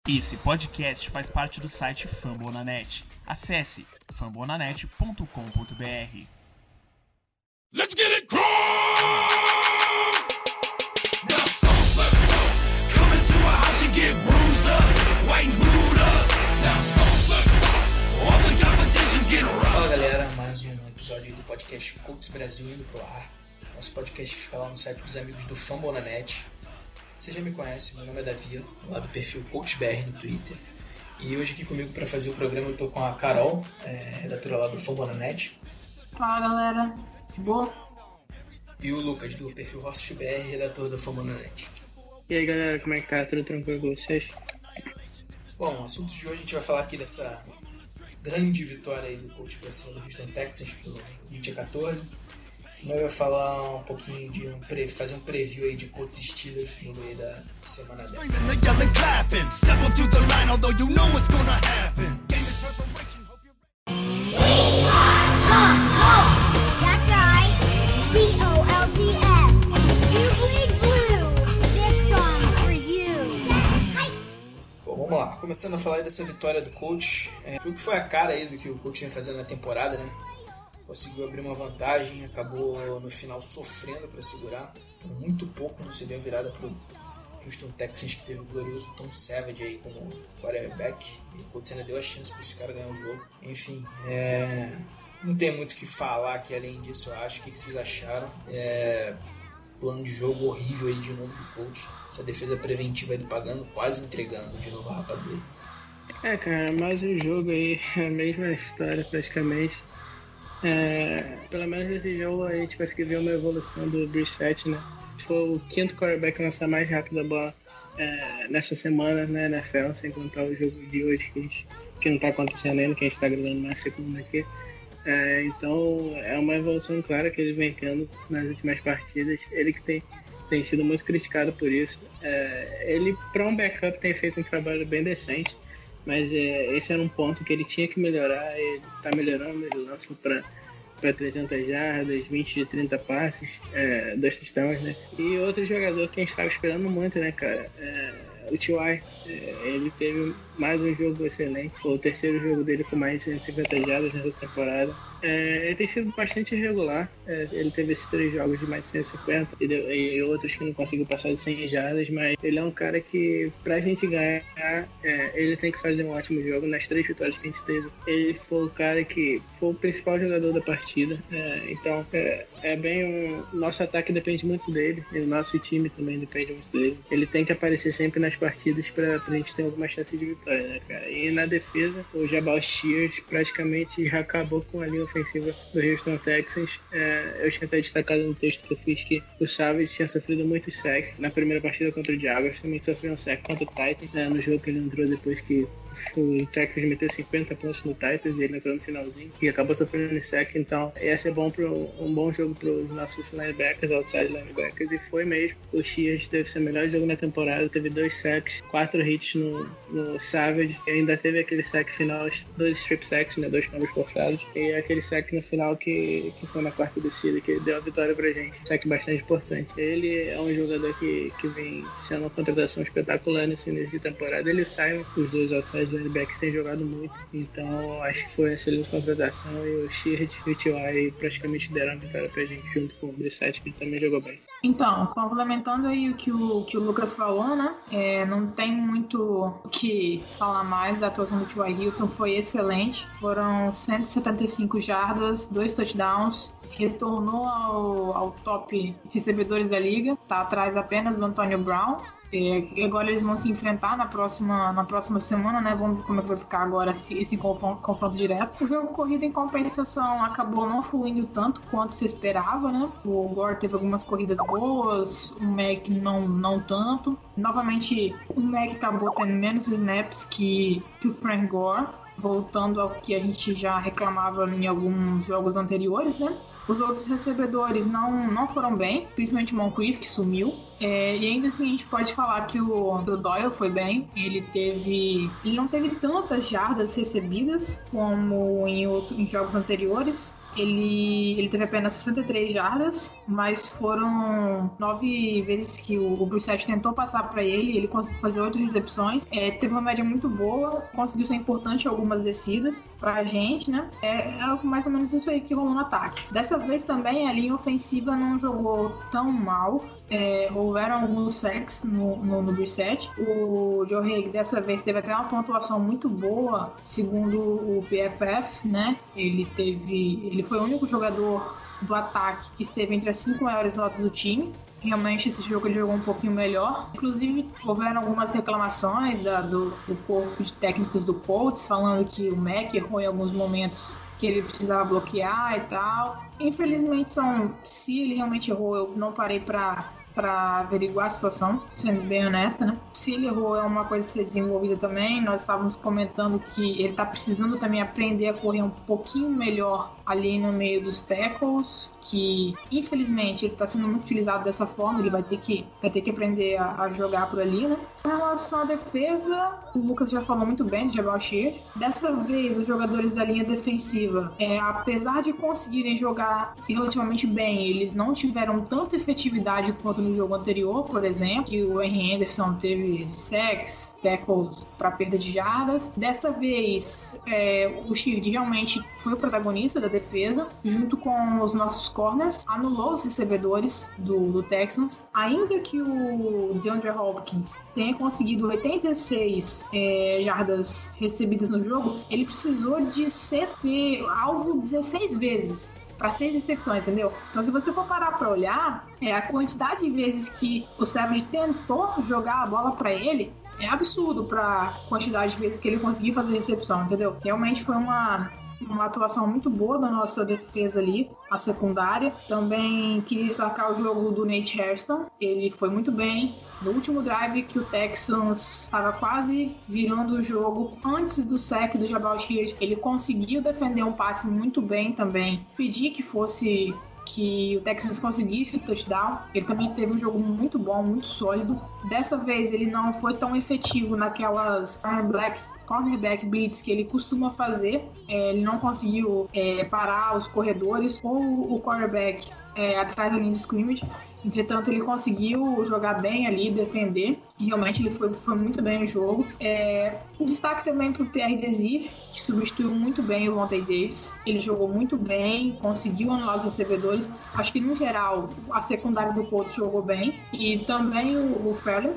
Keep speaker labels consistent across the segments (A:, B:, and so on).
A: Esse podcast faz parte do site Fambonanet. Acesse fambonanet.com.br.
B: Let's get it crunk! Now songs, let's go. Come into a house and get bruised up, white and blued up. Now songs, let's go. All the competitions get rough.
C: Fala galera, mais um episódio do podcast Colts Brasil indo pro ar. Nosso podcast fica lá no site dos amigos do Fambonanet. Você já me conhece, meu nome é Davi, lá do perfil CoachBR no Twitter. E hoje aqui comigo para fazer o programa eu tô com a Carol, redatora lá do Fambonanet.
D: Fala galera, de boa?
C: E o Lucas, do perfil HorstBR, redator do Fambonanet.
E: E aí galera, como é que tá? Tudo tranquilo com vocês?
C: Bom, assuntos de hoje a gente vai falar aqui dessa grande vitória aí do Colts pra cima do Houston Texans por 20-14. Também vai falar um pouquinho de fazer um preview aí de Colts e Steelers, jogo aí da semana 10. Bom, vamos lá. Começando a falar aí dessa vitória do Colts. O que foi a cara aí do que o Colts vinha fazendo na temporada, né? Conseguiu abrir uma vantagem, acabou no final sofrendo para segurar. Por muito pouco não se deu a virada para o Houston Texans, que teve o glorioso Tom Savage aí como quarterback. E o Colts ainda deu a chance para esse cara ganhar o jogo. Enfim, não tem muito o que falar aqui além disso, eu acho. O que vocês acharam? Plano de jogo horrível aí de novo do Colts. Essa defesa preventiva aí do pagando, quase entregando de novo a rapadura.
E: Cara, mais um jogo aí, a mesma história praticamente. Pelo menos nesse jogo a gente conseguiu ver uma evolução do Brissett, né? Foi o quinto quarterback a lançar mais rápido a bola nessa semana na NFL, sem contar o jogo de hoje que não tá acontecendo ainda, que a gente tá gravando na segunda aqui. Então é uma evolução clara que ele vem tendo nas últimas partidas. Ele que tem sido muito criticado por isso. Ele, para um backup, tem feito um trabalho bem decente. Mas esse era um ponto que ele tinha que melhorar. Ele está melhorando, ele lança para 300 jardas, 20 de 30 passes, 2 touchdowns, né? E outro jogador que a gente estava esperando muito, né, cara? O T.Y. Ele teve mais um jogo excelente. Foi o terceiro jogo dele com mais de 150 jardas nessa temporada. Ele tem sido bastante irregular. Ele teve esses 3 jogos de mais de 150 e outros que não conseguiu passar de 100 jardas, mas ele é um cara que, pra gente ganhar, ele tem que fazer um ótimo jogo. Nas 3 vitórias que a gente teve, ele foi o cara que foi o principal jogador da partida. Então, nosso ataque depende muito dele, e o nosso time também depende muito dele. Ele tem que aparecer sempre nas partidas pra gente ter alguma chance de vitória, né, cara? E na defesa, o Jabal Shears praticamente já acabou com a linha ofensiva do Houston Texans. Eu tinha até destacado no texto que eu fiz que o Savage tinha sofrido muitos sacks. Na primeira partida contra o Jaguars também sofreu um sack contra o Titans, no jogo que ele entrou depois que o Texans meteu 50 pontos no Titans e ele entrou no finalzinho e acabou sofrendo um sack. Então ia ser um bom jogo para os nossos linebackers, outside linebackers, e foi mesmo. O Shears teve seu melhor jogo na temporada, teve 2 sacks, 4 hits no Savage, e ainda teve aquele sack final, 2 strip sacks, né, 2 fumbles forçados, e aquele sack no final que foi na quarta descida, que deu a vitória pra gente. Sack bastante importante. Ele é um jogador que vem sendo uma contratação espetacular nesse início de temporada. Ele e o Simon, os dois outside linebackers, têm jogado muito, então acho que foi uma excelente contratação, e o Sheard e o T.Y. praticamente deram a vitória pra gente, junto com o Brissett, que também jogou bem.
D: Então, complementando aí o que o Lucas falou, né? Não tem muito o que falar mais. Da atuação do T.Y. Hilton foi excelente. Foram 175 jardas, 2 touchdowns. Retornou ao top recebedores da liga. Tá atrás apenas do Antonio Brown. E agora eles vão se enfrentar na próxima semana, né? Vamos ver como é que vai ficar agora esse confronto direto. O jogo corrido, em compensação, acabou não fluindo tanto quanto se esperava, né? O Gore teve algumas corridas boas, o Mac não tanto. Novamente, o Mac acabou tendo menos snaps que o Frank Gore, voltando ao que a gente já reclamava em alguns jogos anteriores, né? Os outros recebedores não foram bem, principalmente o Moncrief, que sumiu. E ainda assim a gente pode falar que o Doyle foi bem. Ele não teve tantas jardas recebidas como em jogos anteriores. Ele teve apenas 63 jardas, mas foram 9 vezes que o Brissett tentou passar para ele conseguiu fazer 8 recepções. Teve uma média muito boa, conseguiu ser importante em algumas descidas pra gente, né? É mais ou menos isso aí que rolou no ataque. Dessa vez também a linha ofensiva não jogou tão mal. Houveram alguns sacks no Brissett. O Joe Haig dessa vez teve até uma pontuação muito boa, segundo o PFF, né? Ele foi o único jogador do ataque que esteve entre as 5 maiores notas do time. Realmente esse jogo ele jogou um pouquinho melhor. Inclusive houveram algumas reclamações do corpo de técnicos do Colts, falando que o Mack errou em alguns momentos, que ele precisava bloquear e tal. Infelizmente, se ele realmente errou, eu não parei pra averiguar a situação, sendo bem honesta, né? Se ele errou, é uma coisa a ser desenvolvida também. Nós estávamos comentando que ele tá precisando também aprender a correr um pouquinho melhor ali no meio dos tackles, que infelizmente ele está sendo muito utilizado dessa forma. Ele vai ter que aprender a jogar por ali, né? Em relação à defesa, o Lucas já falou muito bem do Jabal Sheard. Dessa vez, os jogadores da linha defensiva, apesar de conseguirem jogar relativamente bem, eles não tiveram tanta efetividade quanto no jogo anterior, por exemplo, que o Henry Anderson teve sacks, tackles para perda de jardas. Dessa vez, o Sheard realmente foi o protagonista da defesa, junto com os nossos corners, anulou os recebedores do Texans. Ainda que o DeAndre Hopkins tenha conseguido 86 jardas recebidas no jogo, ele precisou de ser alvo 16 vezes para 6 recepções, entendeu? Então, se você for parar para olhar, a quantidade de vezes que o Savage tentou jogar a bola para ele é absurdo para a quantidade de vezes que ele conseguiu fazer recepção, entendeu? Realmente foi uma atuação muito boa da nossa defesa ali, a secundária. Também queria destacar o jogo do Nate Hairston. Ele foi muito bem. No último drive que o Texans estava quase virando o jogo, antes do sack do Jabal Sheard, ele conseguiu defender um passe muito bem também. Pedi que o Texans conseguisse o touchdown. Ele também teve um jogo muito bom, muito sólido. Dessa vez ele não foi tão efetivo naquelas cornerback blitz que ele costuma fazer. Ele não conseguiu parar os corredores ou o quarterback atrás da linha de scrimmage. Entretanto, ele conseguiu jogar bem ali, defender. E realmente ele foi muito bem no jogo. Um destaque também para o Pierre Desir, que substituiu muito bem o Vontae Davis. Ele jogou muito bem, conseguiu anular os recebedores. Acho que, no geral, a secundária do Colts jogou bem. E também o Feller,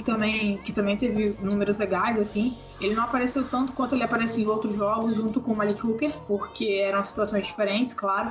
D: que também teve números legais, assim. Ele não apareceu tanto quanto ele apareceu em outros jogos, junto com o Malik Hooker, porque eram situações diferentes, claro,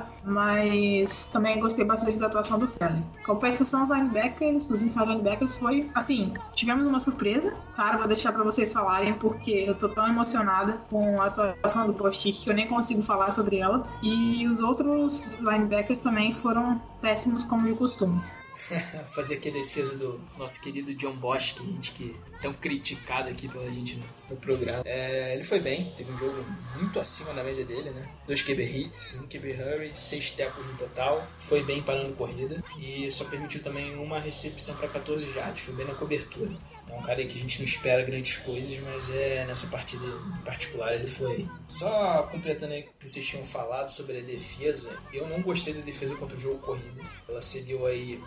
D: mas também gostei bastante da atuação do Feller. Compensação aos linebackers, os inside linebackers foi, assim, tivemos uma surpresa, claro, vou deixar pra vocês falarem, porque eu tô tão emocionada com a atuação do Bostic que eu nem consigo falar sobre ela, e os outros linebackers também foram péssimos como de costume.
C: Fazer aqui a defesa do nosso querido John Bosch, que é tão criticado aqui pela gente no programa. Ele foi bem, teve um jogo muito acima da média dele, né? 2 QB hits, 1 QB hurry, 6 tackles no total. Foi bem parando corrida e só permitiu também uma recepção para 14 jardas. Foi bem na cobertura. É um cara aí que a gente não espera grandes coisas, mas nessa partida em particular ele foi. Só completando aí o que vocês tinham falado sobre a defesa, eu não gostei da defesa contra o jogo corrido. Ela cedeu aí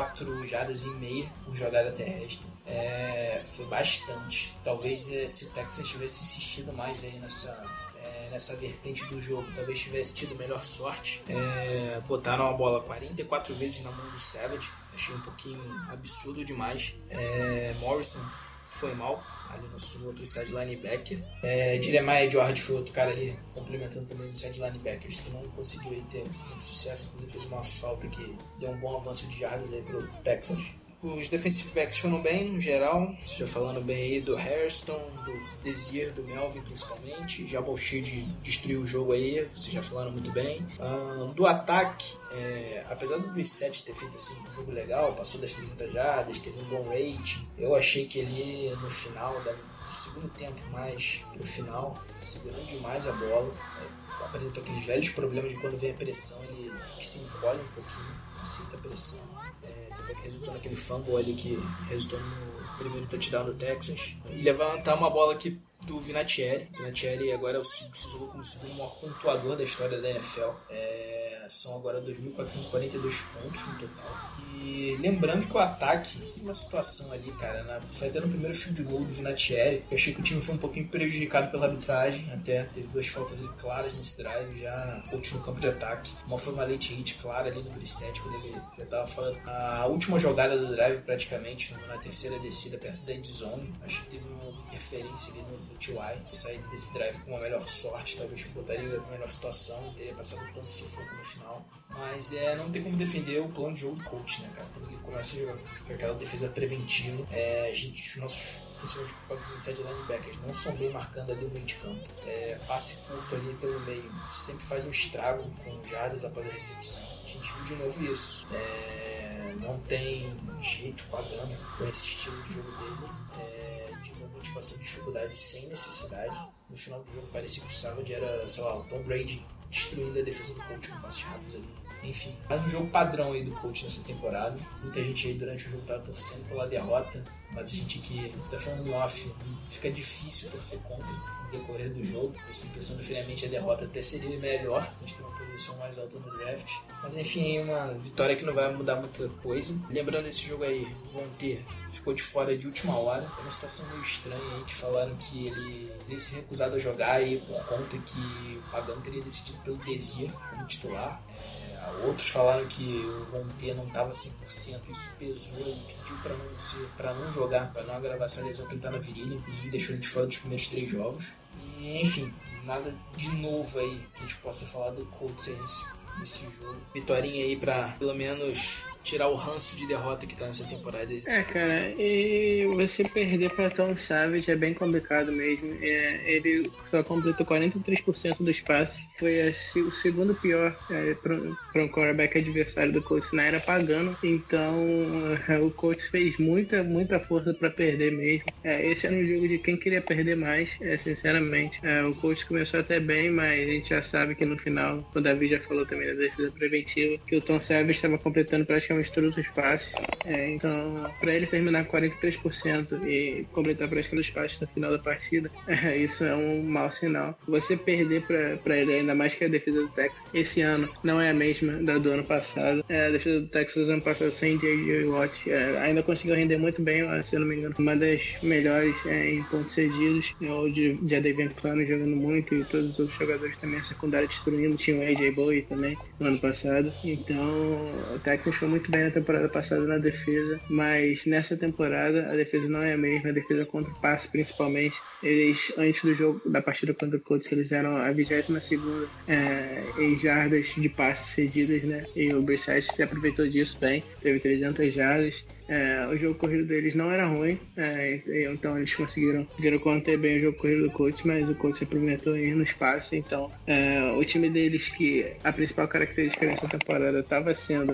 C: 4 jardas e meia por jogada terrestre. Foi bastante. Talvez se o Texans tivesse insistido mais aí nessa vertente do jogo, talvez tivesse tido melhor sorte. Botaram a bola 44 vezes na mão do Savage. Achei um pouquinho absurdo demais. Morrison foi mal ali no outro inside linebacker. Jeremiah George foi outro cara ali complementando também os inside linebackers, que não conseguiu aí ter muito sucesso, inclusive fez uma falta que deu um bom avanço de jardas aí pro Texans. Os defensive backs foram bem, no geral. Você já falando bem aí do Hairston, do Desir, do Melvin principalmente. Jabal Sheard destruiu o jogo aí, vocês já falaram muito bem. Do ataque, apesar do Brissett ter feito assim, um jogo legal, passou das 300 jardas, teve um bom rate. Eu achei que ele, no final do segundo tempo mais pro final, segurando demais a bola. Apresentou aqueles velhos problemas de quando vem a pressão, ele que se encolhe um pouquinho, aceita a pressão. Até que resultou naquele fumble ali que resultou no primeiro touchdown do Texans. E levantar uma bola aqui do Vinatieri. O Vinatieri agora se isolou como o segundo maior pontuador da história da NFL. São agora 2.442 pontos no total. E lembrando que o ataque teve uma situação ali, cara, foi até no primeiro field goal do Vinatieri. Eu achei que o time foi um pouquinho prejudicado pela arbitragem, até teve 2 faltas ali claras nesse drive, já coach no campo de ataque. Uma foi uma late hit clara ali no Brissett, quando ele já estava falando. A última jogada do drive, praticamente, na terceira descida perto da end zone. Acho que teve uma interferência ali no T.Y. Sair desse drive com uma melhor sorte, talvez botaria uma melhor situação, não teria passado tanto sufoco no final. Mas não tem como defender o plano de jogo do coach, né, cara? Quando ele começa a jogar com aquela defesa preventiva, os nossos, principalmente por causa dos inside linebackers, não são bem marcando ali o meio de campo. Passe curto ali pelo meio, sempre faz um estrago com jardas após a recepção. A gente viu de novo isso. Não tem jeito pagando com esse estilo de jogo dele. De novo, tipo, essa dificuldade sem necessidade. No final do jogo parecia que o Savage era, sei lá, o Tom Brady destruindo a defesa do coach com passes rápidos ali. Enfim, mais um jogo padrão aí do coach nessa temporada. Muita gente aí durante o jogo tava torcendo pela derrota, mas a gente aqui tá falando no off, fica difícil torcer contra no decorrer do jogo. Essa impressão, friamente, a derrota até seria melhor, a gente tem uma posição mais alta no draft. Mas enfim, uma vitória que não vai mudar muita coisa. Lembrando esse jogo aí, Von T ficou de fora de última hora. É uma situação meio estranha aí, que falaram que ele teria se recusado a jogar aí por conta que o Pagano teria decidido pelo Desir como titular. Outros falaram que o Von T não estava 100%, isso pesou e pediu para não jogar, para não agravar essa lesão que ele está na virilha, inclusive deixou ele de fora dos primeiros 3 jogos. E enfim, nada de novo aí que a gente possa falar do Colts nesse jogo. Vitorinha aí para pelo menos tirar o ranço de derrota que tá nessa temporada.
E: Cara, e você perder para Tom Savage é bem complicado mesmo. Ele só completou 43% dos passes. Foi o segundo pior para um quarterback adversário do Colts na era Pagano. Então o Colts fez muita força para perder mesmo. Esse era um jogo de quem queria perder mais, sinceramente. O Colts começou até bem, mas a gente já sabe que no final, o Davi já falou também da defesa preventiva, que o Tom Savage estava completando praticamente todos os passes. Então, para ele terminar com 43% e completar praticamente os passes no final da partida, isso é um mau sinal. Você perder para ele, ainda mais que a defesa do Texas esse ano não é a mesma da do ano passado. A defesa do Texas ano passado sem J.J. Watt ainda conseguiu render muito bem, se eu não me engano, uma das melhores em pontos cedidos. O de Jadavion Clowney jogando muito e todos os outros jogadores também a secundária destruindo. Tinha o A.J. Bowie também no ano passado. Então, o Texas foi muito bem na temporada passada na defesa, mas nessa temporada a defesa não é a mesma. A defesa contra o passe, principalmente, eles antes do jogo da partida contra o Colts, eles eram a 22ª em jardas de passes cedidas, né? E o Brissett se aproveitou disso bem, teve 300 jardas. O jogo corrido deles não era ruim, então eles conseguiram conter bem o jogo corrido do Colts, mas o Colts se aproveitou em ir no espaço. Então o time deles, que a principal característica dessa temporada estava sendo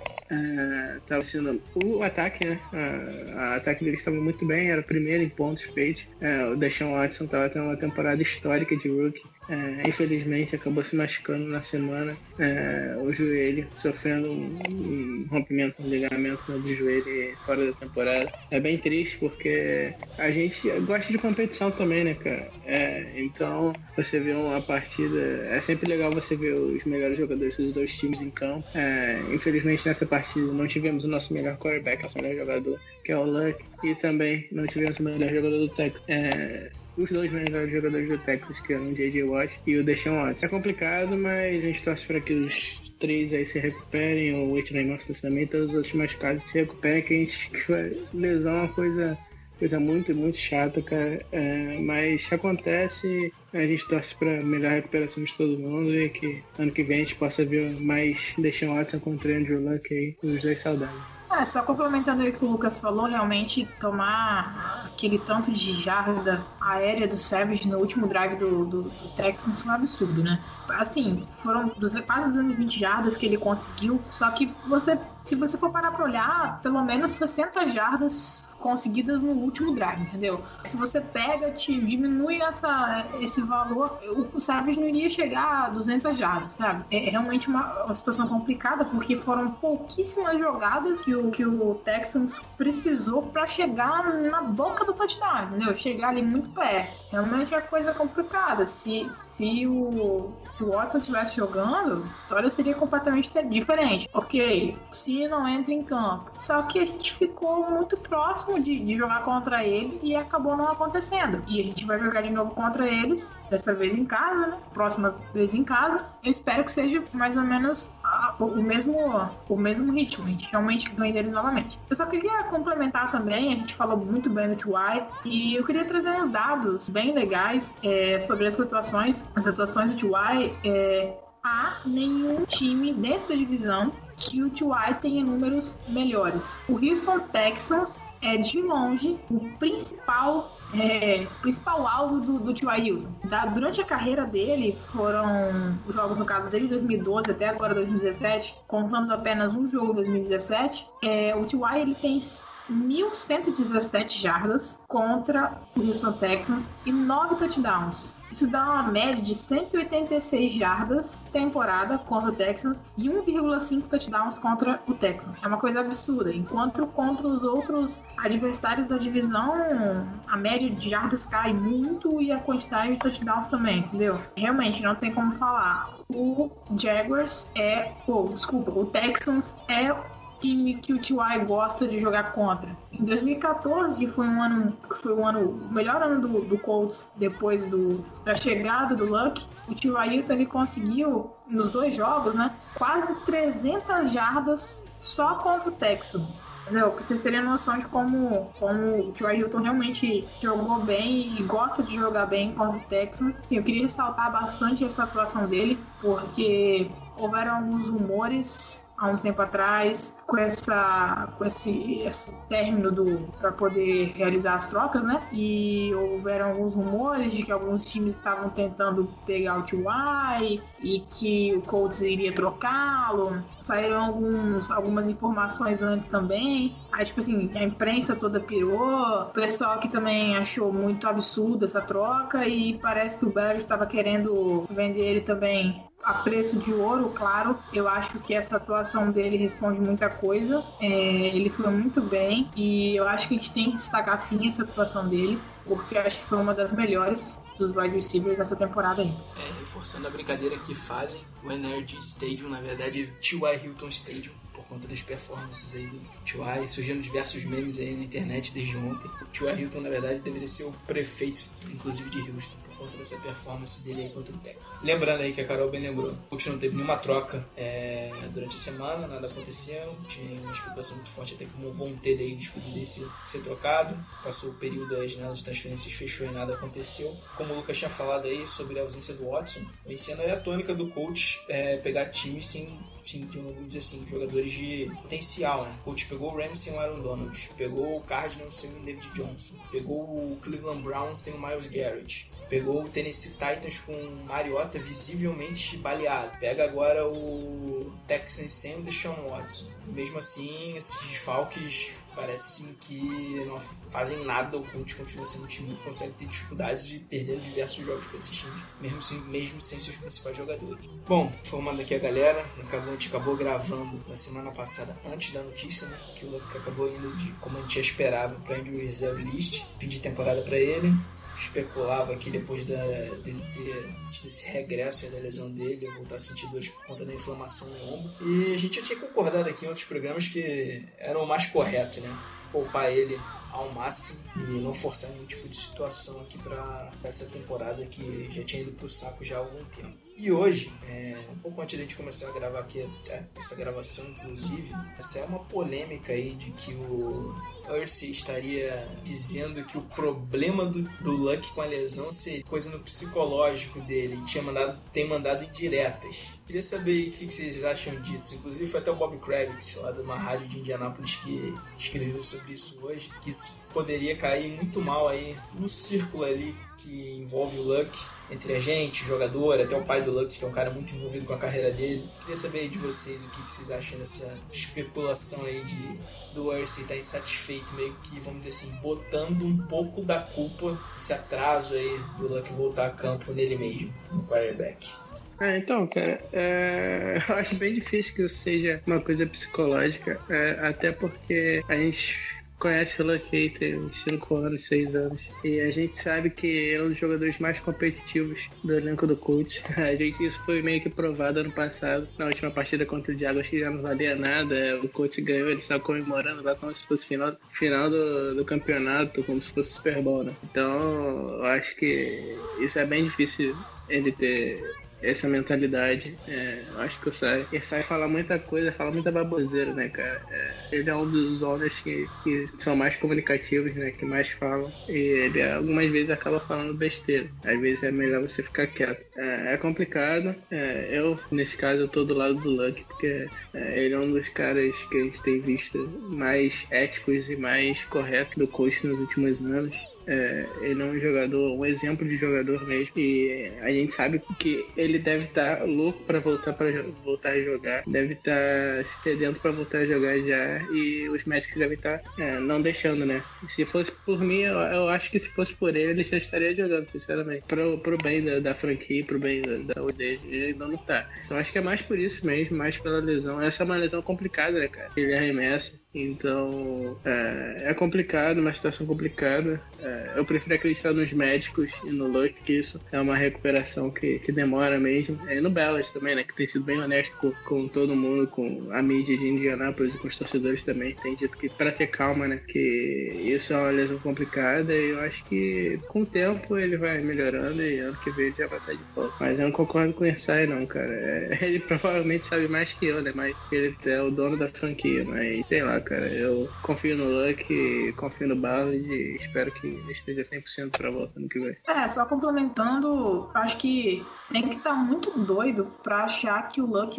E: o ataque, né? O ataque deles estava muito bem, era o primeiro em pontos feitos. O Deshaun Watson estava tendo uma temporada histórica de rookie. Infelizmente acabou se machucando na semana, o joelho, sofrendo um rompimento no ligamento do joelho fora da temporada. É bem triste porque a gente gosta de competição também, né, cara? Então você vê uma partida, é sempre legal você ver os melhores jogadores dos dois times em campo. Infelizmente nessa partida não tivemos o nosso melhor quarterback, nosso melhor jogador, que é o Luck, e também não tivemos o melhor jogador do Texas. Os dois melhores jogadores do Texas, que eram o J.J. Watt e o Deshaun Watson. É complicado, mas a gente torce para que os 3 aí se recuperem, o Whitney Masters também, todos os outros machucados se recuperem, que lesão é uma coisa muito chata, cara. Mas acontece, a gente torce para melhor recuperação de todo mundo e que ano que vem a gente possa ver mais Deshaun Watson contra Andrew Luck aí, os dois saudáveis.
D: Só complementando aí o que o Lucas falou, realmente tomar aquele tanto de jarda aérea do Savage no último drive do Texans foi um absurdo, né? Assim, foram quase 220 jardas que ele conseguiu, só que se você for parar pra olhar, pelo menos 60 jardas conseguidas no último drive, entendeu? Se você pega, diminui esse valor, o Savage não iria chegar a 200 jardas, sabe? É realmente uma situação complicada, porque foram pouquíssimas jogadas que o Texans precisou para chegar na boca do touchdown, entendeu? Chegar ali muito perto. Realmente é coisa complicada. Se o Watson estivesse jogando, a história seria completamente diferente. Ok, se não entra em campo. Só que a gente ficou muito próximo de jogar contra ele e acabou não acontecendo. E a gente vai jogar de novo contra eles, dessa vez em casa, né? Próxima vez em casa. Eu espero que seja mais ou menos o mesmo ritmo. A gente realmente ganha deles novamente. Eu só queria complementar também, a gente falou muito bem do T.Y. e eu queria trazer uns dados bem legais sobre as situações do T.Y. Há nenhum time dentro da divisão que o T.Y. tenha números melhores. O Houston Texans é de longe o principal alvo do T.Y. Hilton. Durante a carreira dele, foram os jogos, no caso dele, de 2012 até agora 2017, contando apenas um jogo em 2017, o T.Y. ele tem 1.117 jardas contra o Houston Texans e 9 touchdowns. Isso dá uma média de 186 jardas temporada contra o Texans e 1,5 touchdowns contra o Texans. É uma coisa absurda. Enquanto contra os outros adversários da divisão, a média de jardas cai muito e a quantidade de touchdowns também, entendeu? Realmente, não tem como falar. O Texans é time que o T.Y. gosta de jogar contra. Em 2014, que foi o melhor ano do Colts depois da chegada do Luck, o T.Y. Hilton ele conseguiu, nos 2 jogos, né, quase 300 jardas só contra o Texans. Entendeu? Pra vocês terem noção de como o T.Y. Hilton realmente jogou bem e gosta de jogar bem contra o Texans. Eu queria ressaltar bastante essa atuação dele, porque houveram alguns rumores há um tempo atrás, com esse término para poder realizar as trocas, né? E houveram alguns rumores de que alguns times estavam tentando pegar o T.Y. e que o Colts iria trocá-lo. Saíram algumas informações antes também. Aí, tipo assim, a imprensa toda pirou. O pessoal que também achou muito absurda essa troca e parece que o Bears estava querendo vender ele também a preço de ouro, claro. Eu acho que essa atuação dele responde muita coisa. Ele foi muito bem e eu acho que a gente tem que destacar sim essa atuação dele, porque eu acho que foi uma das melhores dos wide receivers dessa temporada aí.
C: Reforçando a brincadeira que fazem, o Energy Stadium, na verdade, T.Y. Hilton Stadium, por conta das performances aí do T.Y. Surgindo diversos memes aí na internet desde ontem. O T.Y. Hilton, na verdade, deveria ser o prefeito, inclusive, de Houston, por conta dessa performance dele aí contra o Texas. Lembrando aí que a Carol bem lembrou, o Colts não teve nenhuma troca durante a semana, nada aconteceu, tinha uma especulação muito forte até que o Vontae Davis poderia ser trocado, passou o período das janelas de transferências, fechou e nada aconteceu. Como o Lucas tinha falado aí sobre a ausência do Watson, esse ano é a tônica do coach pegar times sem vamos dizer assim, jogadores de potencial, né? O coach pegou o Rams sem o Aaron Donald, pegou o Cardinals sem o David Johnson, pegou o Cleveland Browns sem o Myles Garrett, pegou o Tennessee Titans com o Mariota visivelmente baleado, pega agora o Texans sem o Deshaun Watson. E mesmo assim, esses desfalques parecem que não fazem nada. O Colts continua sendo um time que consegue ter dificuldades de perder diversos jogos para esses times, mesmo sem seus principais jogadores. Bom, informando aqui a galera, a gente acabou gravando na semana passada, antes da notícia, né, que o Luck acabou indo como a gente já esperava para Injury Reserve List, fim de temporada para ele. Especulava que depois dele ter tido esse regresso da lesão dele, voltar a sentir dores por conta da inflamação no ombro. E a gente já tinha concordado aqui em outros programas que era o mais correto, né? Poupar ele ao máximo e não forçar nenhum tipo de situação aqui para essa temporada que já tinha ido pro saco já há algum tempo. E hoje, um pouco antes de a gente começar a gravar aqui, essa gravação inclusive, essa é uma polêmica aí de que o Irsay estaria dizendo que o problema do Luck com a lesão seria coisa no psicológico dele, tem mandado indiretas. Queria saber o que vocês acham disso. Inclusive foi até o Bob Kravitz, lá de uma rádio de Indianápolis, que escreveu sobre isso hoje, que isso poderia cair muito mal aí no círculo ali que envolve o Luck, entre a gente, o jogador, até o pai do Luck, que é um cara muito envolvido com a carreira dele. Queria saber aí de vocês o que vocês acham dessa especulação aí do Irsay estar insatisfeito, meio que, vamos dizer assim, botando um pouco da culpa, esse atraso aí do Luck voltar a campo nele mesmo, no quarterback.
E: Então, cara, eu acho bem difícil que isso seja uma coisa psicológica, até porque a gente conhece o Luck aí tem uns 5 anos, 6 anos, e a gente sabe que ele é um dos jogadores mais competitivos do elenco do Colts. Isso foi meio que provado ano passado, na última partida contra o Jaguars, que já não valia nada, o Colts ganhou, ele estava comemorando lá como se fosse final do campeonato, como se fosse Super Bowl, né? Então, eu acho que isso é bem difícil ele ter essa mentalidade. Eu acho que o Sai fala muita coisa, fala muita baboseira, né, cara? Ele é um dos owners que são mais comunicativos, né, que mais falam, e ele algumas vezes acaba falando besteira. Às vezes é melhor você ficar quieto. É complicado. Eu, nesse caso, eu tô do lado do Luck, porque ele é um dos caras que a gente tem visto mais éticos e mais corretos do coach nos últimos anos. Ele é um jogador, um exemplo de jogador mesmo, e a gente sabe que ele deve estar louco para voltar a jogar, deve estar sedento para voltar a jogar já, e os médicos devem estar não deixando, né? Se fosse por mim, eu acho que se fosse por ele já estaria jogando, sinceramente, pro bem da franquia, pro bem da saúde dele. Ele ainda não tá. Então acho que é mais por isso mesmo, mais pela lesão. Essa é uma lesão complicada, né, cara? Ele arremessa. Então, é complicado, uma situação complicada. Eu prefiro acreditar nos médicos e no Luck, que isso é uma recuperação que demora mesmo. E no Bellas também, né, que tem sido bem honesto com todo mundo, com a mídia de Indianápolis e com os torcedores também. Tem dito que para ter calma, né, que isso é uma lesão complicada, e eu acho que com o tempo ele vai melhorando e ano que vem ele já vai estar de volta. Mas eu não concordo com o Irsay, não, cara. Ele provavelmente sabe mais que eu, né, mas ele é o dono da franquia, mas sei lá, cara, eu confio no Luck, confio no Ballard e espero que ele esteja 100% pra volta no que vem.
D: Só complementando, acho que tem que estar muito doido pra achar que o Luck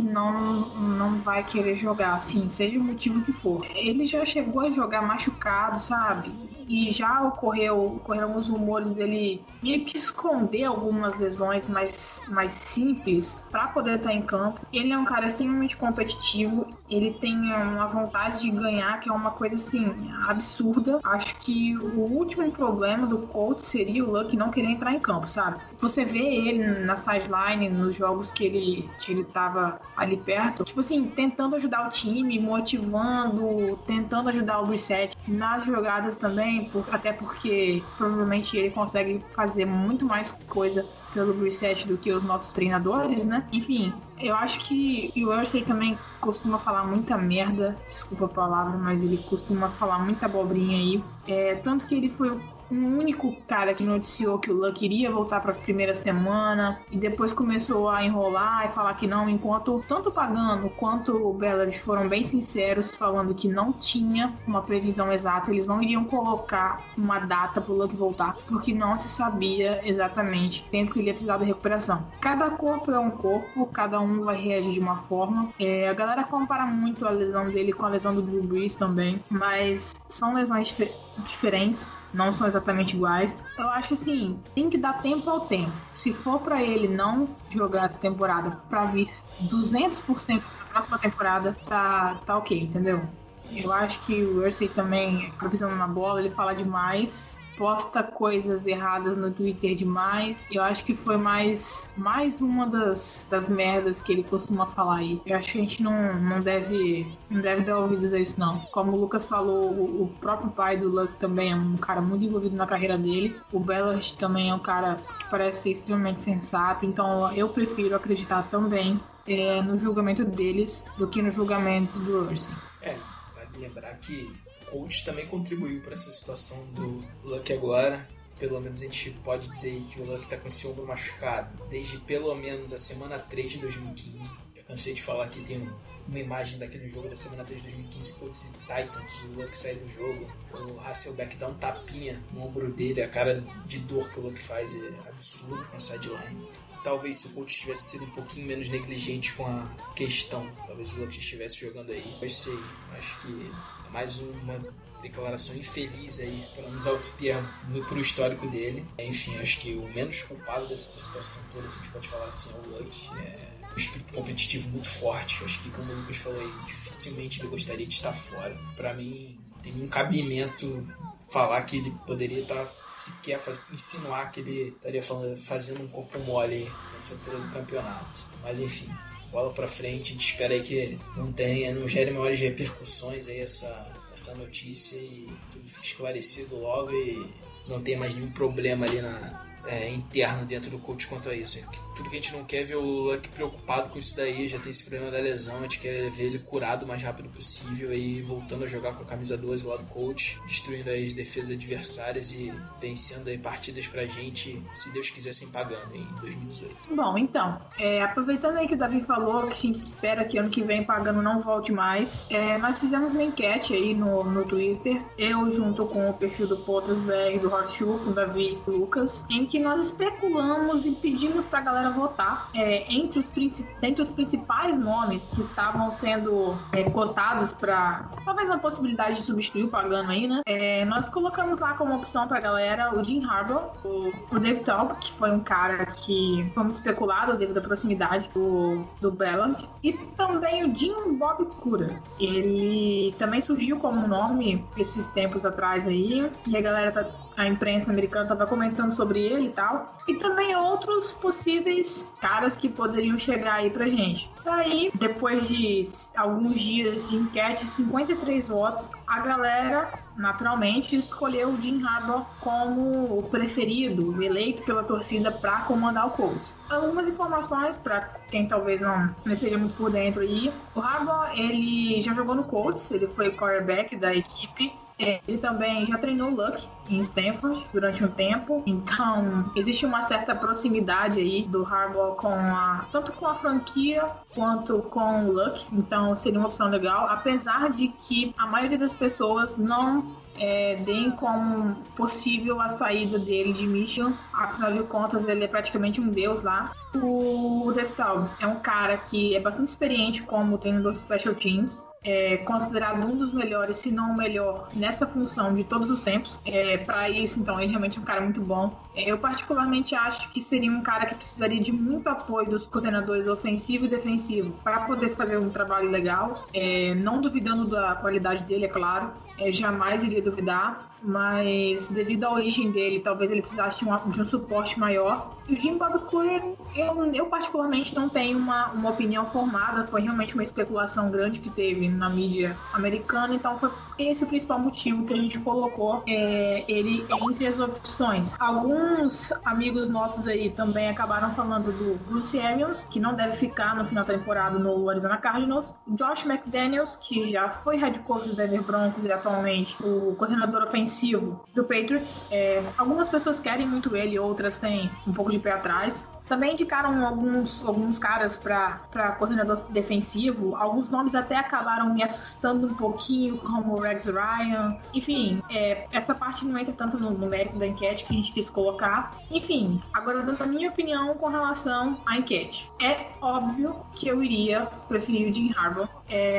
D: não vai querer jogar, assim, seja o motivo que for. Ele já chegou a jogar machucado, sabe? E já ocorreram alguns rumores dele meio que esconder algumas lesões mais simples para poder estar em campo. Ele é um cara extremamente competitivo, ele tem uma vontade de ganhar que é uma coisa assim absurda. Acho que o último problema do Colts seria o Luck não querer entrar em campo, sabe? Você vê ele na sideline, nos jogos que ele tava ali perto, tipo assim, tentando ajudar o time, motivando, tentando ajudar o Brissett nas jogadas também, até porque provavelmente ele consegue fazer muito mais coisa pelo Brissett do que os nossos treinadores, né? Enfim, eu acho que o Irsay também costuma falar muita merda, desculpa a palavra, mas ele costuma falar muita abobrinha aí. Tanto que ele foi o único cara que noticiou que o Luck iria voltar para a primeira semana e depois começou a enrolar e falar que não, enquanto tanto o Pagano quanto o Ballard foram bem sinceros falando que não tinha uma previsão exata, eles não iriam colocar uma data para o Luck voltar, porque não se sabia exatamente o tempo que ele ia precisar da recuperação. Cada corpo é um corpo, cada um vai reagir de uma forma. A galera compara muito a lesão dele com a lesão do Drew Brees também, mas são lesões diferentes, não são exatamente iguais. Eu acho assim, tem que dar tempo ao tempo. Se for pra ele não jogar essa temporada pra vir 200% na próxima temporada, tá ok, entendeu? Eu acho que o Irsay também tá pisando na bola, ele fala demais, posta coisas erradas no Twitter demais. Eu acho que foi mais uma das merdas que ele costuma falar aí. Eu acho que a gente não deve dar ouvidos a isso, não. Como o Lucas falou, o próprio pai do Luck também é um cara muito envolvido na carreira dele. O Ballard também é um cara que parece ser extremamente sensato. Então eu prefiro acreditar também no julgamento deles do que no julgamento do Irsay.
C: Vale lembrar que o coach também contribuiu para essa situação do Luck agora. Pelo menos a gente pode dizer que o Luck está com esse ombro machucado desde pelo menos a semana 3 de 2015. cansei de falar que tem uma imagem daquele jogo da semana 3 de 2015, Colts e Titans, o Luck sai do jogo, o Hasselbeck dá um tapinha no ombro dele, a cara de dor que o Luck faz é absurdo na sideline. Talvez se o Colts tivesse sido um pouquinho menos negligente com a questão, talvez o Luck estivesse jogando aí. Eu sei, acho que é mais uma declaração infeliz aí, para não usar outro termo, pro histórico dele. Enfim, acho que o menos culpado dessa situação toda, se a gente pode falar assim, é o Luck. Um espírito competitivo muito forte. Acho que, como o Lucas falou aí, dificilmente ele gostaria de estar fora. Para mim, tem um cabimento falar que ele poderia estar sequer insinuar que ele estaria fazendo um corpo mole nessa altura do campeonato. Mas enfim, bola pra frente, a gente espera aí que não gere maiores repercussões aí essa notícia e tudo fique esclarecido logo e não tenha mais nenhum problema ali interno dentro do coach quanto a isso. Tudo que a gente não quer é ver o Luck preocupado com isso daí, já tem esse problema da lesão, a gente quer ver ele curado o mais rápido possível e voltando a jogar com a camisa 12 lá do coach, destruindo aí as defesas adversárias e vencendo aí partidas pra gente, se Deus quiser, sem pagando em 2018.
D: Bom, então, aproveitando aí que o Davi falou que a gente espera que ano que vem pagando não volte mais, nós fizemos uma enquete aí no Twitter, eu junto com o perfil do Potros BR, do Horseshoe, com o Davi e o Lucas, em que nós especulamos e pedimos pra galera votar entre os principais nomes que estavam sendo cotados para talvez uma possibilidade de substituir o Pagano aí, né? Nós colocamos lá como opção pra galera o Jim Harbaugh, o Dave Toub, que foi um cara que foi muito especulado devido à proximidade do Ballard, e também o Jim Bob Cura. Ele também surgiu como nome esses tempos atrás aí, e a imprensa americana estava comentando sobre ele e tal. E também outros possíveis caras que poderiam chegar aí pra gente. Daí, depois de alguns dias de enquete, 53 votos, a galera, naturalmente, escolheu o Jim Harbaugh como o preferido, eleito pela torcida para comandar o Colts. Algumas informações para quem talvez não esteja muito por dentro aí. O Harbaugh, ele já jogou no Colts, ele foi o quarterback da equipe. Ele também já treinou o Luck em Stanford durante um tempo, então existe uma certa proximidade aí do Harbaugh tanto com a franquia quanto com o Luck, então seria uma opção legal, apesar de que a maioria das pessoas não deem como possível a saída dele de Michigan, afinal de contas ele é praticamente um deus lá. O Dave Toub é um cara que é bastante experiente como treinador de Special Teams, considerado um dos melhores, se não o melhor, nessa função de todos os tempos. Para isso, então, ele realmente é um cara muito bom. Eu particularmente acho que seria um cara que precisaria de muito apoio dos coordenadores ofensivo e defensivo para poder fazer um trabalho legal, não duvidando da qualidade dele, é claro, jamais iria duvidar, mas devido à origem dele, talvez ele precisasse de um suporte maior. E o Jim Bob Cura, eu particularmente não tenho uma opinião formada, foi realmente uma especulação grande que teve na mídia americana, então foi esse o principal motivo que a gente colocou ele entre as opções. Alguns amigos nossos aí também acabaram falando do Bruce Arians, que não deve ficar no final da temporada no Arizona Cardinals, Josh McDaniels, que já foi head coach do Denver Broncos e atualmente o coordenador ofensivo do Patriots. Algumas pessoas querem muito ele, outras têm um pouco de pé atrás. Também indicaram alguns caras para coordenador defensivo. Alguns nomes até acabaram me assustando um pouquinho, como o Rex Ryan. Enfim, essa parte não entra tanto no mérito da enquete que a gente quis colocar. Enfim, agora dando a minha opinião com relação à enquete. É óbvio que eu iria preferir o Jim Harbaugh.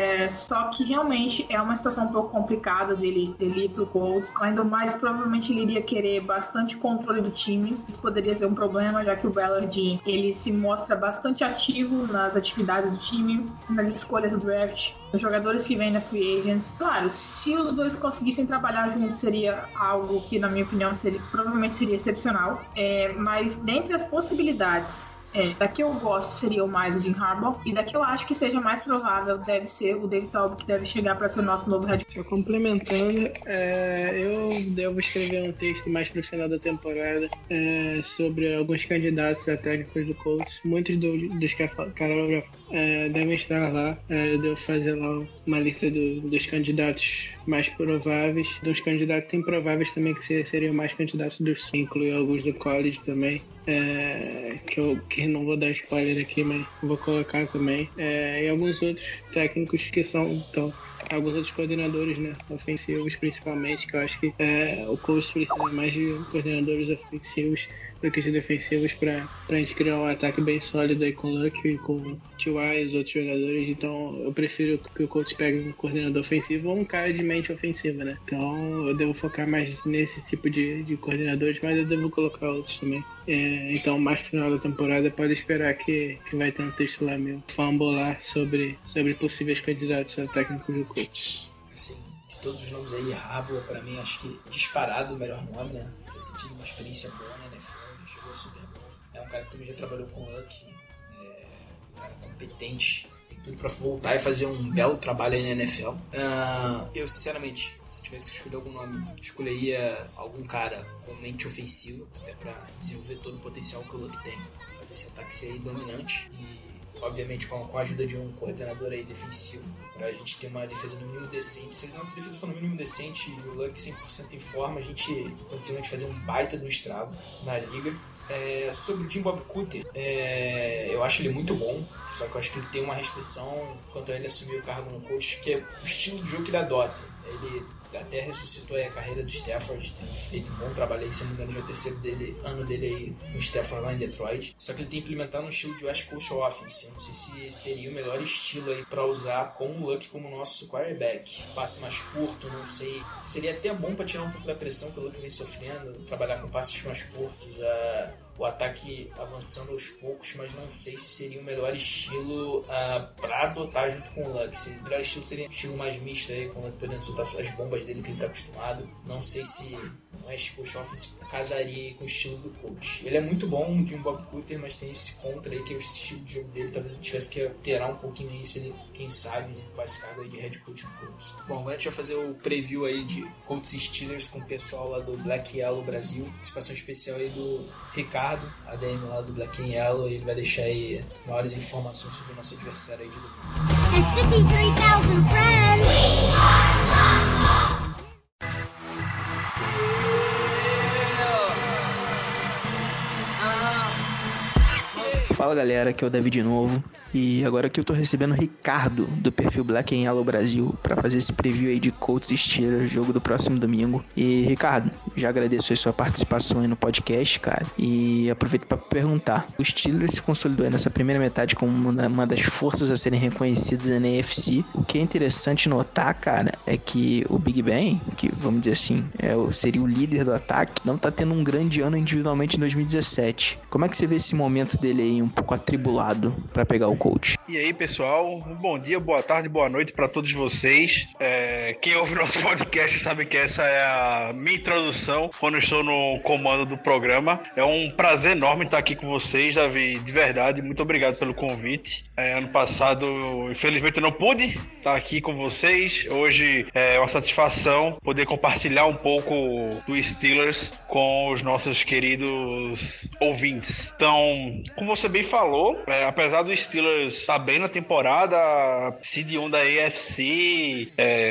D: Só que realmente é uma situação um pouco complicada dele ir pro Colts. Ainda mais, provavelmente ele iria querer bastante controle do time. Isso poderia ser um problema, já que o Ballard ele se mostra bastante ativo nas atividades do time, nas escolhas do draft, os jogadores que vêm na Free Agents. Claro, se os dois conseguissem trabalhar juntos, seria algo que, na minha opinião, provavelmente seria excepcional. Mas dentre as possibilidades, da que eu gosto seria o mais o Jim Harbaugh, e da que eu acho que seja mais provável deve ser o Dave Toub, que deve chegar para ser o nosso novo head coach.
E: Só complementando, eu devo escrever um texto mais pro final da temporada sobre alguns candidatos a técnicos do Colts. Muitos dos que a Carol devem estar lá. Eu devo fazer lá uma lista dos candidatos mais prováveis, dos candidatos improváveis também, que seriam mais candidatos dos incluir alguns do college também, que não vou dar spoiler aqui, mas vou colocar também. E alguns outros técnicos que são, então, alguns outros coordenadores, né, ofensivos principalmente, que eu acho que o coach precisa mais de coordenadores ofensivos do que de defensivos para a gente criar um ataque bem sólido aí com o Luck, com o T.Y. e os outros jogadores. Então eu prefiro que o coach pegue um coordenador ofensivo ou um cara de mente ofensiva, né? Então eu devo focar mais nesse tipo de coordenadores, mas eu devo colocar outros também. Então mais pro final da temporada pode esperar que vai ter um texto lá meu fumble lá sobre possíveis candidatos a técnicos do coach.
C: Assim, de todos os nomes aí, Harbaugh pra mim acho que disparado o melhor nome, né? Ele tem tido uma experiência boa na NFL, chegou Super Bowl. É um cara que também já trabalhou com o Luck, um cara competente, tem tudo pra voltar e fazer um belo trabalho aí na NFL. Eu, sinceramente, se tivesse que escolher algum nome, escolheria algum cara com mente ofensiva, até pra desenvolver todo o potencial que o Luck tem, fazer esse ataque ser aí dominante e, obviamente, com a ajuda de um coordenador aí defensivo, pra gente ter uma defesa no mínimo decente. Se a nossa defesa for no mínimo decente e o Luck 100% em forma, a gente possivelmente fazer um baita do estrago na liga. Sobre o Jim Bob Cooter, eu acho ele muito bom, só que eu acho que ele tem uma restrição quanto a ele assumir o cargo no coach, que é o estilo de jogo que ele adota. Ele até ressuscitou aí a carreira do Stafford, tem feito um bom trabalho aí, se não me engano já é o terceiro ano dele aí no Stafford lá em Detroit. Só que ele tem implementado um estilo de West Coast Offense. Eu não sei se seria o melhor estilo aí pra usar com o Luck como nosso quarterback. Passe mais curto, não sei. Seria até bom pra tirar um pouco da pressão que o Luck vem sofrendo, trabalhar com passes mais curtos, o ataque avançando aos poucos, mas não sei se seria o melhor estilo para adotar junto com o Luck. O melhor estilo seria um estilo mais misto aí, com o Luck podendo soltar as bombas dele que ele está acostumado. Não sei se o West Coast Offense casaria com o estilo do coach. Ele é muito bom, o Jim Bob Cooter, mas tem esse contra aí, que é o estilo de jogo dele. Talvez ele tivesse que alterar um pouquinho aí, se ele, quem sabe, vai ficar aí de head coach no Colts. Bom, agora a gente vai fazer o preview aí de Colts e Steelers com o pessoal lá do Black Yellow Brasil. Participação especial aí do Ricardo, ADM lá do Black and Yellow, e ele vai deixar aí maiores informações sobre o nosso adversário aí de domingo.
F: And 63,000 friends!
G: Fala galera, aqui é o David de novo. E agora aqui eu tô recebendo o Ricardo do perfil Black and Yellow Brasil pra fazer esse preview aí de Colts e Steelers, jogo do próximo domingo. E Ricardo, já agradeço a sua participação aí no podcast, cara. E aproveito pra perguntar: o Steelers se consolidou nessa primeira metade como uma das forças a serem reconhecidas na AFC. O que é interessante notar, cara, é que o Big Ben, que vamos dizer assim, seria o líder do ataque, não tá tendo um grande ano individualmente em 2017. Como é que você vê esse momento dele aí um pouco atribulado pra pegar o coach?
H: E aí, pessoal, um bom dia, boa tarde, boa noite para todos vocês. Quem ouve nosso podcast sabe que essa é a minha introdução quando eu estou no comando do programa. É um prazer enorme estar aqui com vocês, Davi, de verdade, muito obrigado pelo convite. Ano passado, infelizmente, eu não pude estar aqui com vocês. Hoje é uma satisfação poder compartilhar um pouco do Steelers com os nossos queridos ouvintes. Então, como você bem falou, apesar do Steelers estar bem na temporada, seed 1 da AFC,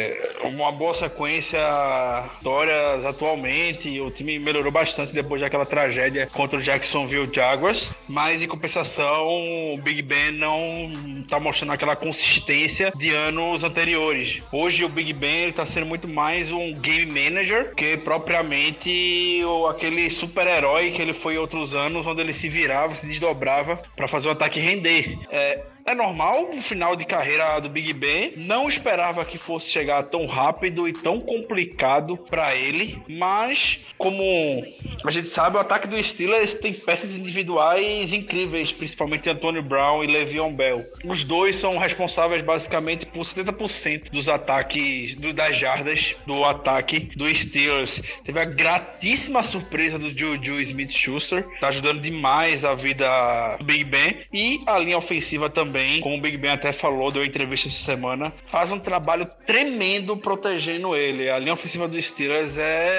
H: uma boa sequência de vitórias atualmente, o time melhorou bastante depois daquela tragédia contra o Jacksonville Jaguars, mas em compensação o Big Ben não está mostrando aquela consistência de anos anteriores. Hoje o Big Ben está sendo muito mais um game manager que propriamente aquele super-herói que ele foi em outros anos, onde ele se virava, se desdobrava para fazer o ataque render. É normal o final de carreira do Big Ben. Não esperava que fosse chegar tão rápido e tão complicado para ele, mas como a gente sabe, o ataque do Steelers tem peças individuais incríveis, principalmente Antonio Brown e Le'Veon Bell. Os dois são responsáveis basicamente por 70% dos ataques, das jardas do ataque do Steelers. Teve a gratíssima surpresa do Juju Smith-Schuster, tá ajudando demais a vida do Big Ben, e a linha ofensiva também, como o Big Ben até falou, deu entrevista essa semana, faz um trabalho tremendo protegendo ele. A linha ofensiva do Steelers é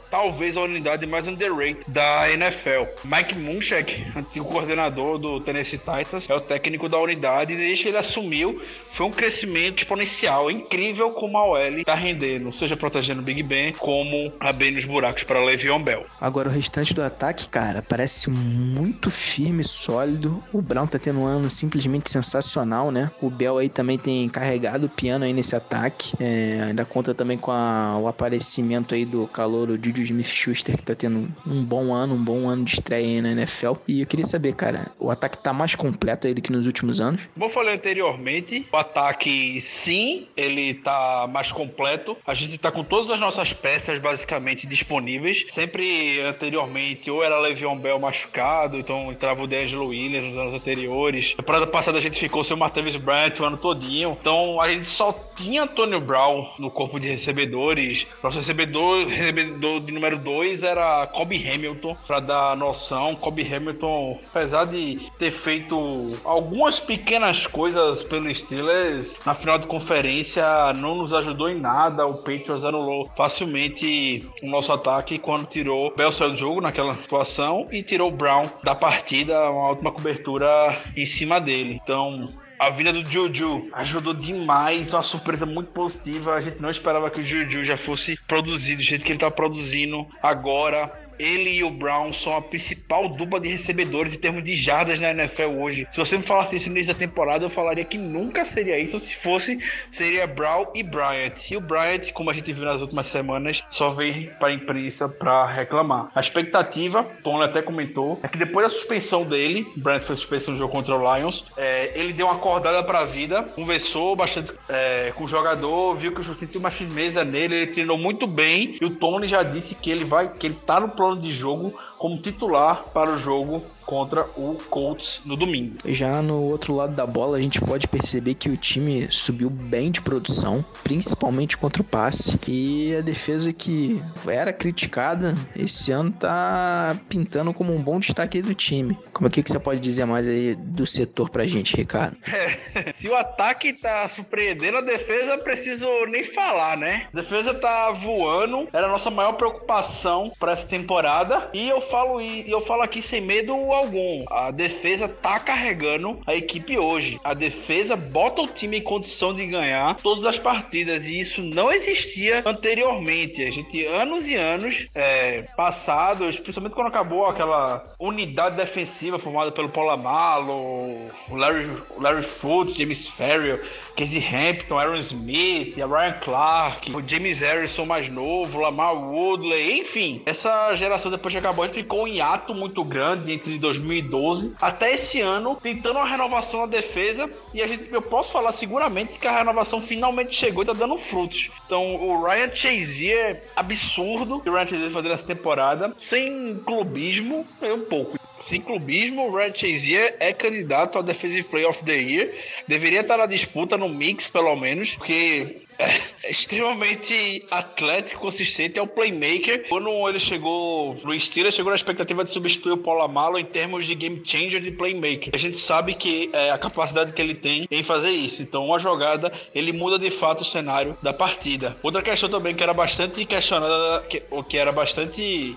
H: talvez a unidade mais underrated da NFL. Mike Munchak, antigo coordenador do Tennessee Titans, é o técnico da unidade, e desde que ele assumiu, foi um crescimento exponencial. É incrível como a OL tá rendendo, seja protegendo o Big Ben, como abrindo os buracos para Le'Veon Bell.
G: Agora o restante do ataque, cara, parece muito firme e sólido. O Brown tá tendo um ano simplesmente sensacional, né? O Bell aí também tem carregado o piano aí nesse ataque. Ainda conta também com o aparecimento aí do calouro Juju Smith-Schuster, que tá tendo um bom ano de estreia aí na NFL. E eu queria saber, cara, o ataque tá mais completo aí do que nos últimos anos?
H: Como eu falei anteriormente, o ataque, sim, ele tá mais completo. A gente tá com todas as nossas peças basicamente disponíveis. Sempre anteriormente, ou era Le'Veon Bell machucado, então entrava o DeAngelo Williams nos anos anteriores. Na temporada passada a gente ficou sem o Martavis Bryant o ano todinho. Então a gente só tinha Antonio Brown no corpo de recebedores. Nosso recebedor de número 2 era Kobe Hamilton, pra dar noção. Kobe Hamilton, apesar de ter feito algumas pequenas coisas pelo Steelers, na final de conferência não nos ajudou em nada. O Patriots anulou facilmente o nosso ataque quando tirou Bell do jogo naquela situação e tirou Brown da partida, uma última cobertura em cima dele. Então a vinda do Juju ajudou demais, uma surpresa muito positiva. A gente não esperava que o Juju já fosse produzido do jeito que ele está produzindo agora. Ele e o Brown são a principal dupla de recebedores em termos de jardas na NFL hoje. Se você me falasse isso no início da temporada, eu falaria que nunca seria isso. Se fosse, seria Brown e Bryant. E o Bryant, como a gente viu nas últimas semanas, só veio para a imprensa para reclamar. A expectativa, Tom até comentou, é que depois da suspensão dele, Bryant foi suspenso no jogo contra o Lions, ele deu uma acordada para a vida, conversou bastante com o jogador, viu que o sentiu uma firmeza nele, ele treinou muito bem, e o Tony já disse que ele tá no plano de jogo como titular para o jogo contra o Colts no domingo.
G: Já no outro lado da bola, a gente pode perceber que o time subiu bem de produção, principalmente contra o passe, e a defesa que era criticada esse ano tá pintando como um bom destaque aí do time. Como é que você pode dizer mais aí do setor pra gente, Ricardo?
H: Se o ataque tá surpreendendo a defesa, preciso nem falar, né? A defesa tá voando, era a nossa maior preocupação para essa temporada, e eu falo aqui sem medo algum. A defesa tá carregando a equipe hoje. A defesa bota o time em condição de ganhar todas as partidas, e isso não existia anteriormente. A gente, anos e anos passados, principalmente quando acabou aquela unidade defensiva formada pelo Polamalu, o Larry Foote, James Ferrier, Casey Hampton, Aaron Smith, a Ryan Clark, o James Harrison mais novo, Lamar Woodley, enfim, essa geração depois que acabou ficou em hiato muito grande entre 2012 até esse ano, tentando uma renovação na defesa, e eu posso falar seguramente que a renovação finalmente chegou e tá dando frutos. Então o Ryan Shazier, absurdo que o Ryan Shazier fazer nessa temporada, sem clubismo, um pouco. Sem clubismo, o Ryan Shazier é candidato ao Defensive Player of the Year. Deveria estar na disputa, no mix pelo menos, porque é extremamente atlético, consistente, é o playmaker. Quando ele chegou no Steelers, chegou na expectativa de substituir o Polamalu em termos de game changer de playmaker. A gente sabe que a capacidade que ele tem em fazer isso. Então, uma jogada, ele muda de fato o cenário da partida. Outra questão também que era bastante questionada, que era bastante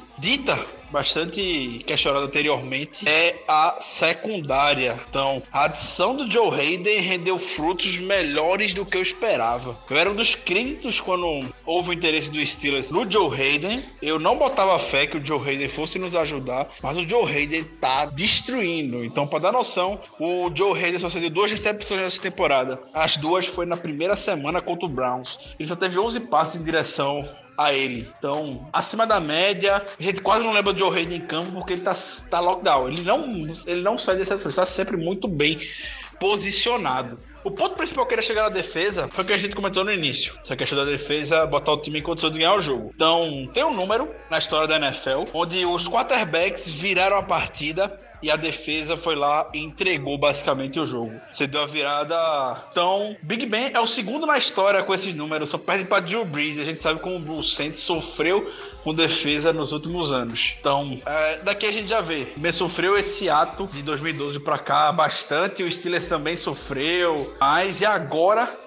H: questionada anteriormente, é a secundária. Então, a adição do Joe Hayden rendeu frutos melhores do que eu esperava. Eu era um dos críticos quando houve o interesse do Steelers no Joe Hayden. Eu não botava fé que o Joe Hayden fosse nos ajudar, mas o Joe Hayden tá destruindo. Então, para dar noção, o Joe Hayden só cedeu 2 recepções nessa temporada. As 2 foi na primeira semana contra o Browns. Ele só teve 11 passes em direção a ele. Então, acima da média. A gente quase não lembra do Joe Hayden em campo porque ele tá lockdown. Ele não sai dessa situação, está sempre muito bem posicionado. O ponto principal que eu queria chegar na defesa foi o que a gente comentou no início. Essa questão da defesa, botar o time em condição de ganhar o jogo. Então, tem um número na história da NFL onde os quarterbacks viraram a partida e a defesa foi lá e entregou basicamente o jogo. Você deu a virada. Então, Big Ben é o segundo na história com esses números. Só perde para Drew Brees. A gente sabe como o Saints sofreu com defesa nos últimos anos. Então, daqui a gente já vê. Ben sofreu esse ato de 2012 para cá bastante. O Steelers também sofreu. Mas e agora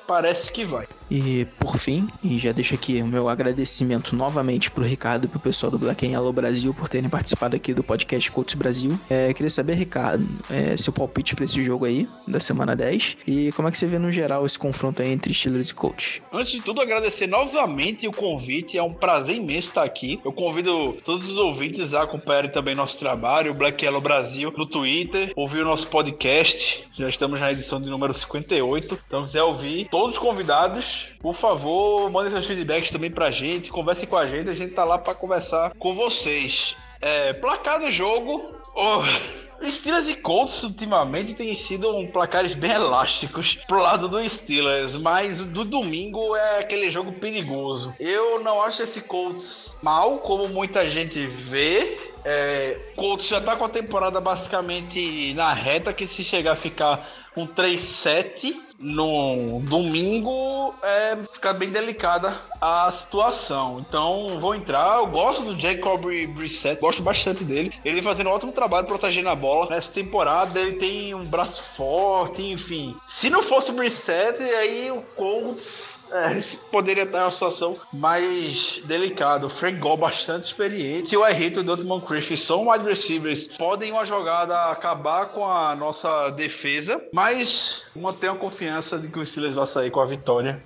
H: parece que vai.
G: E por fim, e já deixo aqui o meu agradecimento novamente pro Ricardo e pro pessoal do Black and Yellow Brasil por terem participado aqui do podcast Colts Brasil. Queria saber, Ricardo, seu palpite pra esse jogo aí, da semana 10, e como é que você vê no geral esse confronto aí entre Steelers e Colts?
H: Antes de tudo, agradecer novamente o convite, é um prazer imenso estar aqui. Eu convido todos os ouvintes a acompanharem também nosso trabalho, o Black Yellow Brasil, no Twitter, ouvir o nosso podcast, já estamos na edição de número 58, então se quiser ouvir, todos os convidados, por favor, mandem seus feedbacks também pra gente, conversem com a gente tá lá pra conversar com vocês. Placar do jogo... Steelers e Colts ultimamente têm sido placares bem elásticos pro lado do Steelers, mas do domingo é aquele jogo perigoso. Eu não acho esse Colts mal, como muita gente vê. Colts já tá com a temporada basicamente na reta, que se chegar a ficar um 3-7 no domingo, fica bem delicada a situação. Então vou entrar. Eu gosto do Jacoby Brissett, gosto bastante dele. Ele fazendo um ótimo trabalho protegendo a bola nessa temporada. Ele tem um braço forte, enfim. Se não fosse o Brissett, aí o Colts poderia estar em uma situação mais delicada. O Frank Gore bastante experiente. O Hito e o Dalton Moncrief são wide receivers, podem uma jogada acabar com a nossa defesa, mas mantenho a confiança de que o Steelers vai sair com a vitória.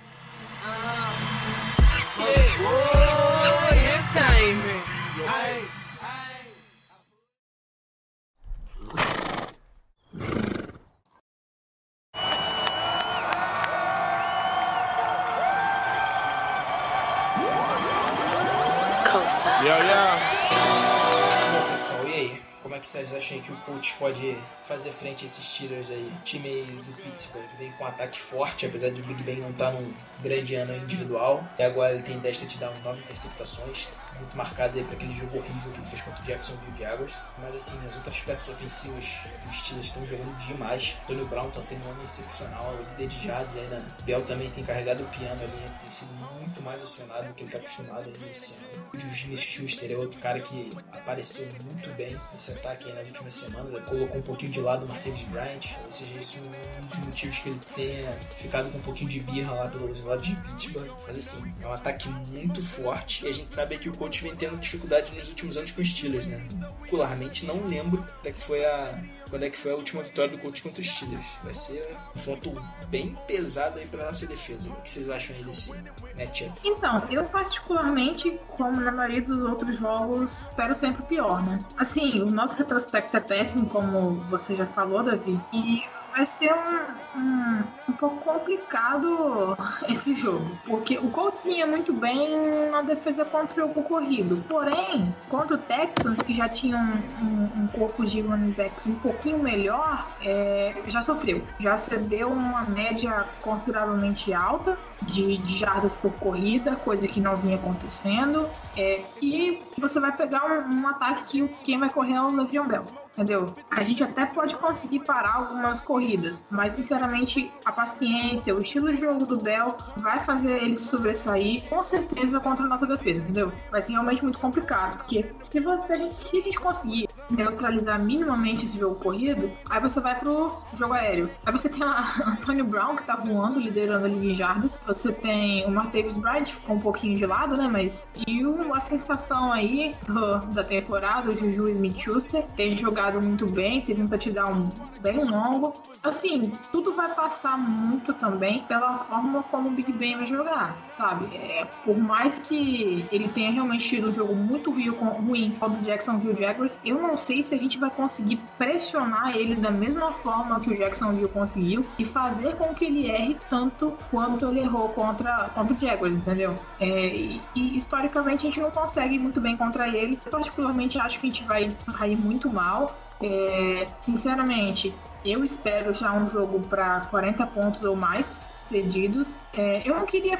C: Bom, pessoal, e aí? Como é que vocês acham que o Colts pode fazer frente a esses Steelers aí? O time aí do Pittsburgh vem com um ataque forte, apesar de o Big Ben não estar num grande ano individual. E agora ele tem 10 touchdowns, 9 interceptações. Muito marcado aí para aquele jogo horrível que ele fez contra o Jacksonville Jaguars. Mas assim, as outras peças ofensivas dos Steelers estão jogando demais. Tony Brown tá tendo um ano excepcional. O líder de jardas aí, né? Bell também tem carregado o piano ali. Tem sido muito mais acionado do que ele está acostumado ali nesse ano. O Smith-Schuster é outro cara que apareceu muito bem nesse ataque aí nas últimas semanas. Ele colocou um pouquinho de lado o Martavis Bryant. Ou seja, isso é um dos motivos que ele tenha ficado com um pouquinho de birra lá pelos lados de Pittsburgh. Mas assim, é um ataque muito forte. E a gente sabe que o Colts vem tendo dificuldade nos últimos anos com os Steelers, né? Particularmente não lembro quando é que foi a última vitória do Colts contra os Steelers. Vai ser um ponto bem pesado aí pra nossa defesa. O que vocês acham aí desse matchup?
D: Então, eu particularmente, como na maioria dos outros jogos, espero sempre o pior, né? Assim, o nosso retrospecto é péssimo, como você já falou, Davi, e vai ser um pouco complicado esse jogo, porque o Colts vinha muito bem na defesa contra o jogo corrido, porém, contra o Texans, que já tinha um corpo de running backs um pouquinho melhor, já sofreu, já cedeu uma média consideravelmente alta de jardas por corrida, coisa que não vinha acontecendo, e você vai pegar um ataque que quem vai correr é o Le'Veon Bell. Entendeu? A gente até pode conseguir parar algumas corridas, mas sinceramente a paciência, o estilo de jogo do Bell vai fazer ele sobressair com certeza contra a nossa defesa, entendeu? Vai ser realmente muito complicado, porque se a gente conseguir neutralizar minimamente esse jogo corrido, aí você vai pro jogo aéreo. Aí você tem o Antonio Brown que tá voando, liderando ali em jardas. Você tem o Martavis Bryant, que ficou um pouquinho de lado, né? Mas e a sensação aí da temporada, o Juju Smith-Schuster, tem jogado muito bem, teve um touchdown bem longo. Assim, tudo vai passar muito também pela forma como o Big Ben vai jogar, sabe? Por mais que ele tenha realmente tido um jogo muito ruim contra o Jacksonville Jaguars, eu não sei se a gente vai conseguir pressionar ele da mesma forma que o Jacksonville conseguiu e fazer com que ele erre tanto quanto ele errou contra o Jaguars, entendeu? E historicamente a gente não consegue muito bem contra ele. Eu particularmente acho que a gente vai cair muito mal. Sinceramente, eu espero já um jogo para 40 pontos ou mais cedidos. Eu não queria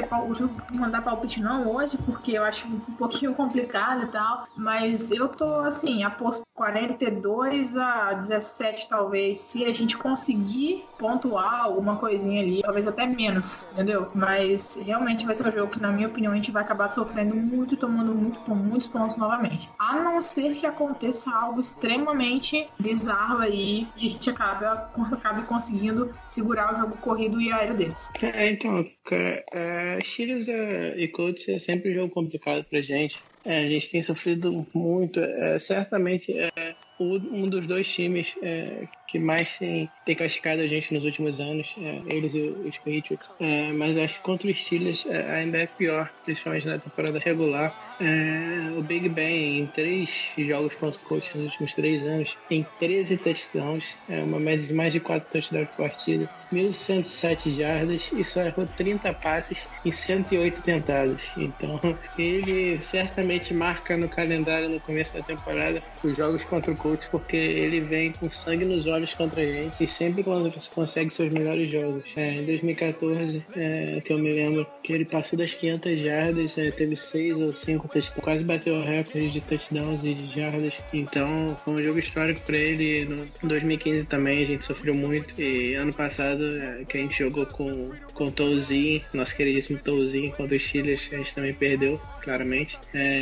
D: mandar palpite não hoje, porque eu acho um pouquinho complicado e tal, mas eu tô assim, 42-17 talvez, se a gente conseguir pontuar alguma coisinha ali, talvez até menos, entendeu? Mas realmente vai ser um jogo que, na minha opinião, a gente vai acabar sofrendo muito, tomando muitos pontos novamente. A não ser que aconteça algo extremamente bizarro aí e a gente acabe conseguindo segurar o jogo corrido e aéreo deles.
E: Então, cara, Steelers e Colts é sempre um jogo complicado pra gente. A gente tem sofrido muito. Certamente um dos dois times que mais tem castigado a gente nos últimos anos, eles e os Patriots. Mas eu acho que contra os Steelers ainda é pior, principalmente na temporada regular. O Big Ben, em 3 jogos contra o Colts nos últimos 3 anos, tem 13 touchdowns, uma média de mais de 4 touchdowns por partida, 1.107 jardas e só errou 30 passes em 108 tentados. Então, ele certamente marca no calendário no começo da temporada os jogos contra o Colts, porque ele vem com sangue nos olhos contra a gente e sempre quando você consegue seus melhores jogos. Em 2014, que eu me lembro que ele passou das 500 jardas, teve 6 ou 5 touchdowns, quase bateu o recorde de touchdowns e de jardas. Então, foi um jogo histórico para ele. No 2015 também a gente sofreu muito, e ano passado que a gente jogou com o Tolzien, nosso queridíssimo Tolzien, contra os Steelers, a gente também perdeu, claramente.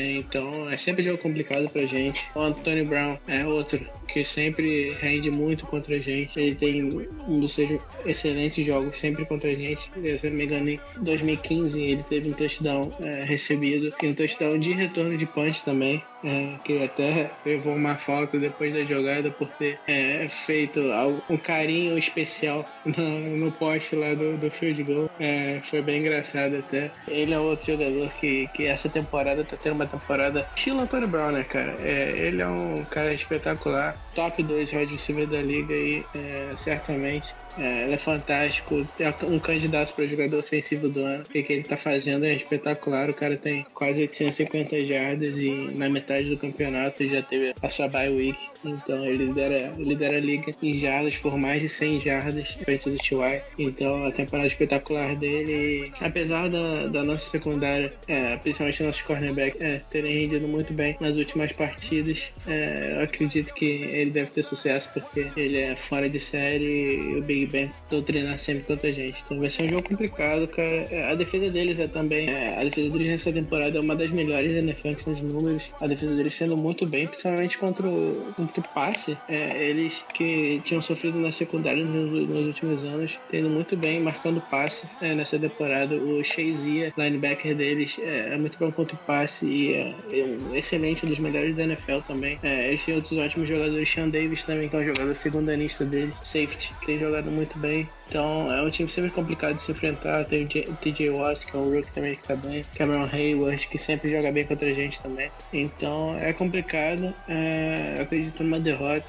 E: Então é sempre jogo complicado pra gente. O Antonio Brown é outro que sempre rende muito contra a gente. Ele tem um dos seus excelentes jogos sempre contra a gente. Se eu não me engano, em 2015 ele teve um touchdown recebido e um touchdown de retorno de punch também, que ele até levou uma falta depois da jogada por ter feito um carinho especial no poste lá do field goal. Foi bem engraçado até. Ele é outro jogador que essa temporada tá tendo uma temporada estilo Antonio Brown, né, cara? Ele é um cara espetacular, top 2 wide receiver da liga e certamente ele é fantástico, é um candidato para jogador ofensivo do ano. O que ele tá fazendo é espetacular. O cara tem quase 850 jardas e na metade do campeonato já teve a sua bye week. Então ele lidera a liga em jardas por mais de 100 jardas frente do T.Y. Então a temporada espetacular dele, apesar da nossa secundária, principalmente nossos cornerbacks, terem rendido muito bem nas últimas partidas, eu acredito que ele deve ter sucesso porque ele é fora de série e o Big Ben doutrinar sempre contra a gente. Então vai ser um jogo complicado, cara. A defesa deles a defesa deles nessa temporada é uma das melhores da NFL em questão de números. A defesa deles sendo muito bem, principalmente contra o passe. Eles que tinham sofrido na secundária nos últimos anos, tendo muito bem, marcando passe nessa temporada. O Shazier, linebacker deles, é muito bom contra o passe e é um excelente, um dos melhores da NFL também. Eles têm outros ótimos jogadores, Sean Davis também, que é um jogador segundanista dele, safety, que tem jogado muito bem. Então é um time sempre complicado de se enfrentar. Tem o TJ Watt, que é um rookie também que tá bem, Cameron Hayward, que sempre joga bem contra a gente também. Então é complicado. Eu acredito numa derrota.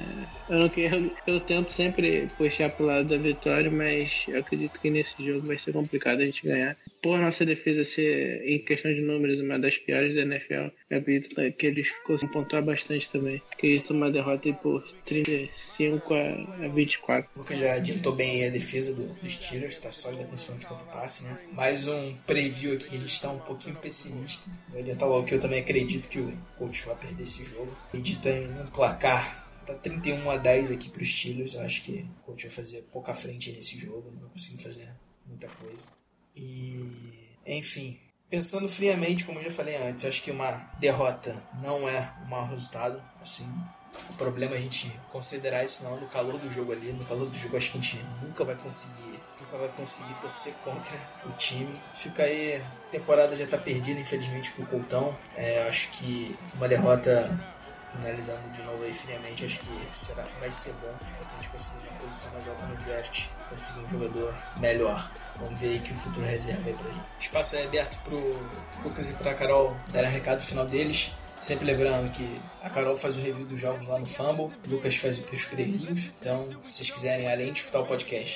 E: Eu tento sempre puxar pro lado da vitória, mas eu acredito que nesse jogo vai ser complicado a gente ganhar. Por nossa defesa ser, em questão de números, uma das piores da NFL, eu acredito que eles conseguem pontuar bastante também. Acredito numa derrota aí por 35-24.
C: O Lucas já adiantou bem a defesa dos Steelers, tá sólida, principalmente contra o passe, né? Mais um preview aqui, a gente tá um pouquinho pessimista. Vou adiantar logo que eu também acredito que o Colts vai perder esse jogo. Acredito em um placar. Tá 31-10 aqui pro Steelers. Eu acho que o Colts vai fazer pouca frente nesse jogo. Não vai conseguir fazer muita coisa. E, enfim, pensando friamente, como eu já falei antes, acho que uma derrota não é um mau resultado. Assim, o problema é a gente considerar isso não no calor do jogo ali. No calor do jogo acho que a gente nunca vai conseguir torcer contra o time. Fica aí, a temporada já tá perdida, infelizmente, pro Coltão. Acho que uma derrota, finalizando de novo aí friamente, acho que vai ser bom pra gente conseguir uma posição mais alta no draft, conseguir um jogador melhor. Vamos ver aí que o futuro reserva aí pra gente. O espaço é aberto pro Lucas e pra Carol darem recado final deles. Sempre lembrando que a Carol faz o review dos jogos lá no Fumble, o Lucas faz os previews. Então, se vocês quiserem, além de escutar o podcast,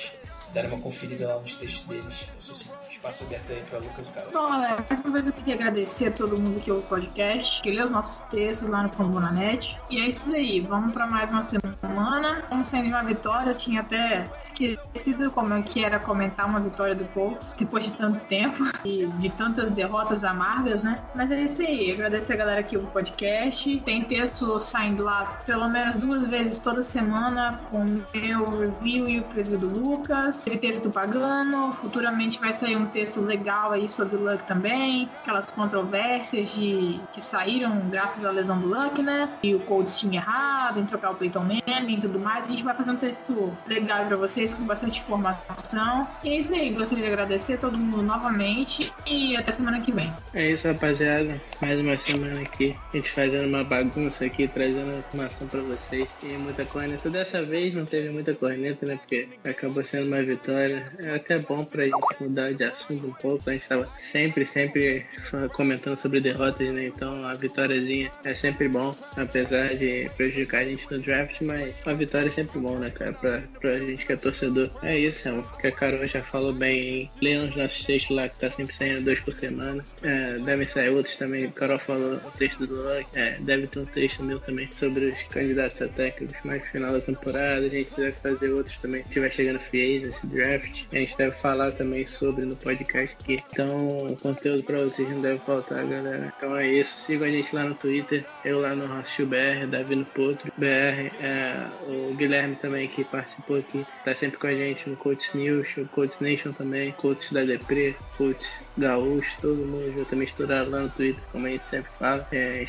C: darem uma conferida lá nos textos deles. Isso assim, espaço aberto aí pra Lucas e Carol.
D: Bom, galera, mais uma vez eu queria agradecer a todo mundo que ouve o podcast, que lê os nossos textos lá no Fambonanet. E é isso aí, vamos pra mais uma semana. Vamos sem nenhuma vitória, eu tinha até esquecido como é que era comentar uma vitória do Colts, depois de tanto tempo e de tantas derrotas amargas, né? Mas é isso aí, agradecer a galera que ouve o podcast. Tem texto saindo lá pelo menos 2 vezes toda semana, com o meu review e o preview do Lucas. Teve texto do Pagano, futuramente vai sair um texto legal aí sobre o Luck também, aquelas controvérsias que saíram graças à lesão do Luck, né? E o Colts tinha errado em trocar o Peyton Manning e tudo mais. A gente vai fazer um texto legal pra vocês, com bastante informação. E é isso aí, gostaria de agradecer a todo mundo novamente e até semana que vem.
E: É isso, rapaziada. Mais uma semana aqui, a gente fazendo uma bagunça aqui, trazendo informação pra vocês. E muita corneta. Dessa vez não teve muita corneta, né? Porque acabou sendo uma vitória. É até bom pra gente mudar de assunto um pouco. A gente tava sempre comentando sobre derrotas, né? Então a vitóriazinha é sempre bom, apesar de prejudicar a gente no draft, mas uma vitória é sempre bom, né, cara? Pra gente que é torcedor. É isso, é que a Carol já falou bem, hein? Leiam os nossos textos lá, que tá sempre saindo 2 por semana. Devem sair outros também. A Carol falou o texto do Luck. Deve ter um texto meu também sobre os candidatos a técnicos mais no final da temporada. A gente deve fazer outros também. Se tiver chegando free agent, draft, a gente deve falar também sobre no podcast aqui. Então, o conteúdo pra vocês não deve faltar, galera. Então é isso. Sigam a gente lá no Twitter. Eu lá no Rostil BR, Davi no Potro BR. O Guilherme também, que participou aqui, tá sempre com a gente no Coach News, o Coach Nation também, Coach da Depre, Coach Gaúcho, todo mundo já tá misturado lá no Twitter, como a gente sempre fala.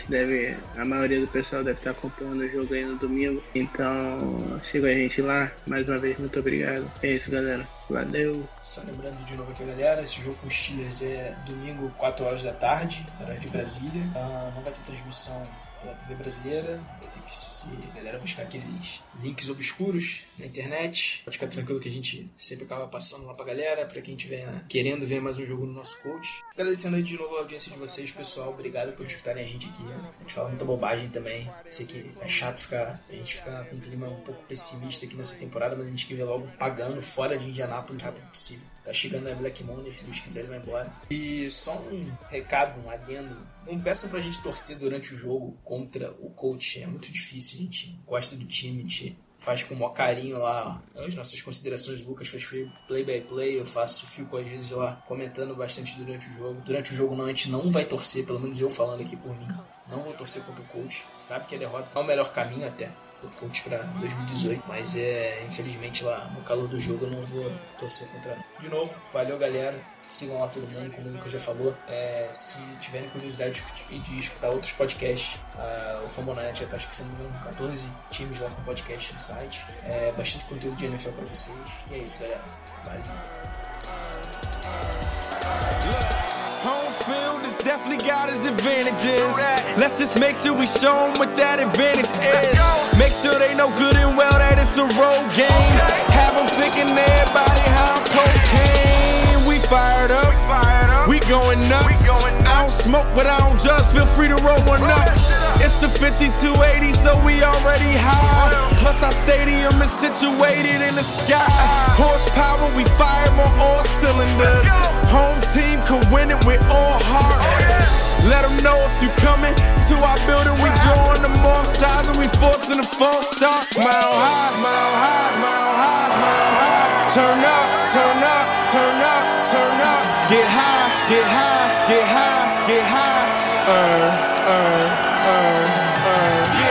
E: A maioria do pessoal deve estar acompanhando o jogo aí no domingo. Então, siga a gente lá. Mais uma vez, muito obrigado. É isso, galera. Valeu.
C: Só lembrando de novo aqui, galera, esse jogo com os Steelers é domingo, 4 horas da tarde, horário de Brasília. Não vai ter transmissão pela TV brasileira, vai ter que se a galera buscar aqueles links obscuros na internet. Pode ficar tranquilo que a gente sempre acaba passando lá pra galera, pra quem estiver querendo ver mais um jogo no nosso coach. Agradecendo aí de novo a audiência de vocês, pessoal. Obrigado por escutarem a gente aqui. A gente fala muita bobagem também. Sei que é chato a gente ficar com um clima um pouco pessimista aqui nessa temporada, mas a gente quer ver logo pagando fora de Indianápolis o rápido possível. Tá chegando a Black Monday, se Deus quiser ele vai embora. E só um recado, um adendo. Não peçam pra gente torcer durante o jogo contra o coach. É muito difícil, a gente gosta do time, a gente faz com o maior carinho lá as nossas considerações. O Lucas faz play by play, eu fico às vezes lá comentando bastante durante o jogo. Durante o jogo não, a gente não vai torcer, pelo menos eu falando aqui por mim. Não vou torcer contra o coach. Sabe que a derrota é o melhor caminho até do coach para 2018, mas infelizmente lá no calor do jogo eu não vou torcer contra. De novo, valeu galera, sigam lá todo mundo, como o Lucas já falou. Se tiverem curiosidade de escutar outros podcasts, o Fambonanet já está, acho que se não me engano, 14 times lá com podcast no site, bastante conteúdo de NFL para vocês, e é isso galera, valeu.
B: Home field has definitely got its advantages. Let's just make sure we show them what that advantage is. Make sure they know good and well that it's a road game. Have them thinking everybody how cocaine. We fired up, we going nuts. I don't smoke but I don't judge, feel free to roll one up. It's the 5280 so we already high. Plus our stadium is situated in the sky. Horsepower, we fire on all cylinders. Home team can win it with all heart. Let them know if you coming to our building. We drawing them all sides and we forcing the false start. Smile high, smile high, smile high, smile high. Turn up, turn up, turn up, turn up. Get high, get high, get high, get high. Yeah.